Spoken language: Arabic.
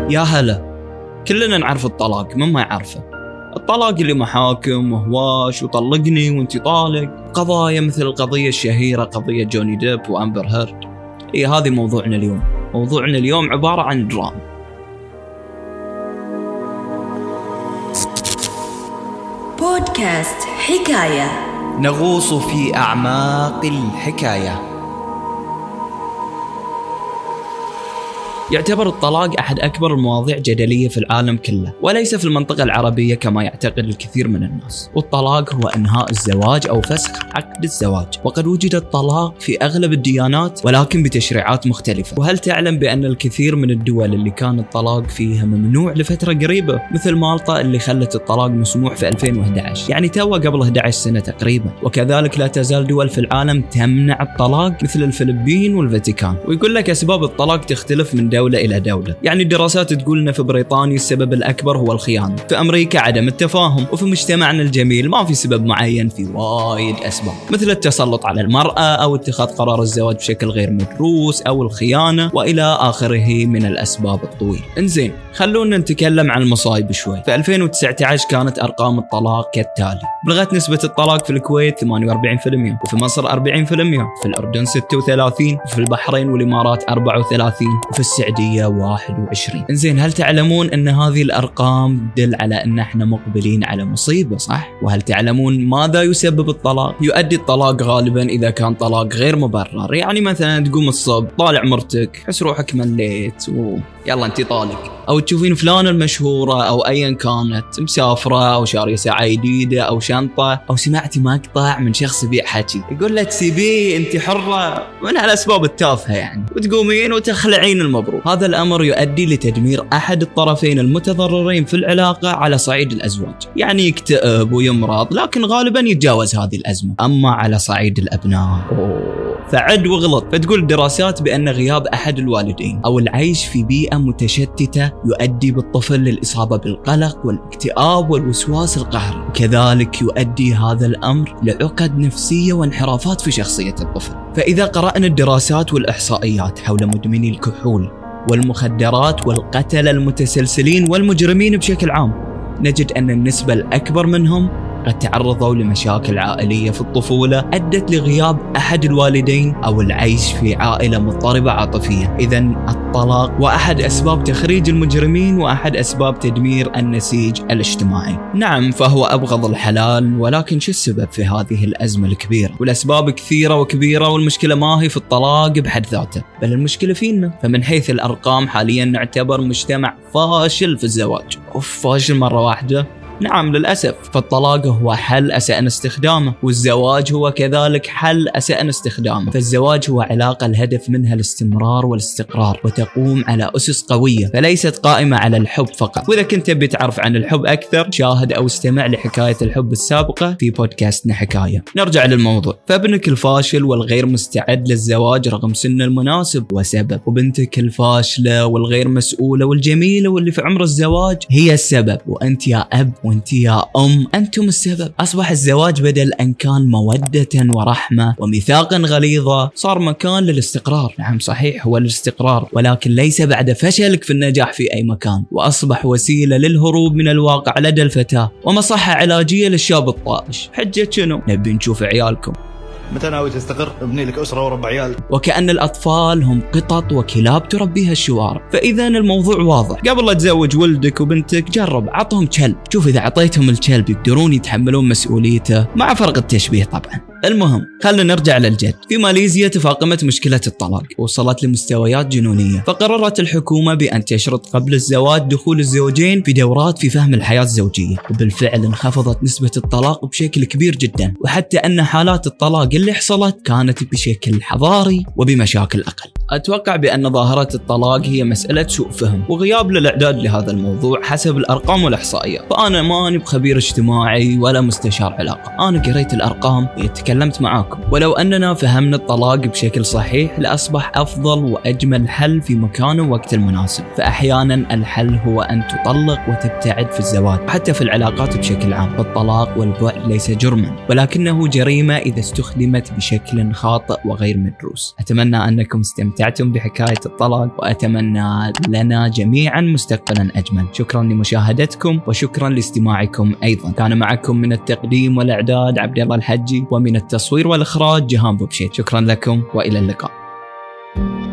يا هلا، كلنا نعرف الطلاق، من ما يعرفه. الطلاق اللي محاكم وهواش وطلقني وانتي طالق، قضايا مثل القضية الشهيرة قضية جوني ديب وأمبر هيرد. هذه موضوعنا اليوم. موضوعنا اليوم عبارة عن دراما. بودكاست حكاية نغوص في أعماق الحكاية. يعتبر الطلاق أحد أكبر المواضيع جدلية في العالم كله، وليس في المنطقة العربية كما يعتقد الكثير من الناس. والطلاق هو إنهاء الزواج أو فسخ عقد الزواج، وقد وجد الطلاق في أغلب الديانات ولكن بتشريعات مختلفة. وهل تعلم بأن الكثير من الدول اللي كان الطلاق فيها ممنوع لفترة قريبة، مثل مالطا اللي خلت الطلاق مسموح في 2011، يعني توه قبل 11 سنة تقريبا. وكذلك لا تزال دول في العالم تمنع الطلاق مثل الفلبين والفاتيكان. ويقول لك أسباب الطلاق تختلف من دولة إلى دولة. يعني الدراسات تقولنا في بريطانيا السبب الأكبر هو الخيانة، في أمريكا عدم التفاهم، وفي مجتمعنا الجميل ما في سبب معين، في وايد أسباب مثل التسلط على المرأة أو اتخاذ قرار الزواج بشكل غير مدروس أو الخيانة وإلى آخره من الأسباب الطويلة. انزين، خلونا نتكلم عن المصايب شوي. في 2019 كانت أرقام الطلاق كالتالي: بلغت نسبة الطلاق في الكويت 48%، وفي مصر 40%، في الأردن 36%، وفي البحرين والإمارات 34%، وفي السعودية 21. انزين، هل تعلمون أن هذه الأرقام تدل على أن احنا مقبلين على مصيبة، صح؟ وهل تعلمون ماذا يسبب الطلاق؟ يؤدي الطلاق غالبا إذا كان طلاق غير مبرر. يعني مثلا تقوم الصبح طالع مرتك، حس روحك مليت يلا انتي طالق، أو تشوفين فلان المشهورة أو أيا كانت مسافرة أو شارية ساعة جديدة أو شنطة، أو سمعتي مقطع من شخص يبيع حكي يقول لك سيبيه انتي حرة، من هالأسباب التافهة يعني، وتقومين وتخلعين المبروك. هذا الأمر يؤدي لتدمير أحد الطرفين المتضررين في العلاقة على صعيد الأزواج، يعني يكتئب ويمرض، لكن غالبا يتجاوز هذه الأزمة. أما على صعيد الأبناء فعد وغلط. فتقول الدراسات بأن غياب أحد الوالدين أو العيش في بيئة متشتتة يؤدي بالطفل للإصابة بالقلق والاكتئاب والوسواس القهري، وكذلك يؤدي هذا الأمر لعقد نفسية وانحرافات في شخصية الطفل. فإذا قرأنا الدراسات والإحصائيات حول مدمني الكحول والمخدرات والقتلة المتسلسلين والمجرمين بشكل عام، نجد أن النسبة الأكبر منهم قد تعرضوا لمشاكل عائلية في الطفولة أدت لغياب أحد الوالدين أو العيش في عائلة مضطربة عاطفيا. إذن الطلاق وأحد أسباب تخريج المجرمين وأحد أسباب تدمير النسيج الاجتماعي. نعم، فهو أبغض الحلال، ولكن شو السبب في هذه الأزمة الكبيرة؟ والأسباب كثيرة وكبيرة، والمشكلة ما هي في الطلاق بحد ذاته، بل المشكلة فينا. فمن حيث الأرقام حاليا نعتبر مجتمع فاشل في الزواج. فاشل مرة واحدة؟ نعم للأسف. فالطلاق هو حل أسأنا استخدامه، والزواج هو كذلك حل أسأنا استخدامه. فالزواج هو علاقة الهدف منها الاستمرار والاستقرار، وتقوم على أسس قوية فليست قائمة على الحب فقط. وإذا كنت بتعرف عن الحب أكثر، شاهد أو استمع لحكاية الحب السابقة في بودكاستنا حكاية. نرجع للموضوع. فابنك الفاشل والغير مستعد للزواج رغم سن المناسب هو سبب، وبنتك الفاشلة والغير مسؤولة والجميلة واللي في عمر الزواج هي السبب، وأنت يا أب وانت يا أم أنتم السبب. أصبح الزواج بدل أن كان مودة ورحمة وميثاقا غليظة صار مكان للاستقرار. نعم صحيح هو الاستقرار، ولكن ليس بعد فشلك في النجاح في أي مكان، وأصبح وسيلة للهروب من الواقع لدى الفتاة ومصحة علاجية للشاب الطائش. حجة شنو؟ نبي نشوف عيالكم. متى ناوي تستقر؟ ابني لك أسرة وربع عيال. وكأن الأطفال هم قطط وكلاب تربيها الشوارع. فإذا الموضوع واضح، قبل لا تزوج ولدك وبنتك جرب عطهم كلب، شوف إذا عطيتهم الكلب يقدرون يتحملون مسؤوليته، مع فرق التشبيه طبعا. المهم خلنا نرجع للجد. في ماليزيا تفاقمت مشكلة الطلاق، وصلت لمستويات جنونية، فقررت الحكومة بأن تشرط قبل الزواج دخول الزوجين في دورات في فهم الحياة الزوجية، وبالفعل انخفضت نسبة الطلاق بشكل كبير جدا، وحتى أن حالات الطلاق اللي حصلت كانت بشكل حضاري وبمشاكل أقل. أتوقع بأن ظاهرة الطلاق هي مسألة سوء فهم وغياب للإعداد لهذا الموضوع حسب الأرقام والإحصائيات. فأنا ماني بخبير اجتماعي ولا مستشار علاقة، أنا قريت الأرقام تكلمت معاكم. ولو أننا فهمنا الطلاق بشكل صحيح لأصبح أفضل وأجمل حل في مكانه ووقت المناسب. فأحيانا الحل هو أن تطلق وتبتعد في الزواج، حتى في العلاقات بشكل عام. فالطلاق والبعد ليس جرما، ولكنه جريمة إذا استخدمت بشكل خاطئ وغير مدروس. أتمنى أنكم استمتعتم استمتعتم بحكاية الطلاق، وأتمنى لنا جميعا مستقبلا أجمل. شكرا لمشاهدتكم وشكرا لاستماعكم أيضا. كان معكم من التقديم والإعداد عبد الله الحجي، ومن التصوير والإخراج جهان بوبشيت. شكرا لكم وإلى اللقاء.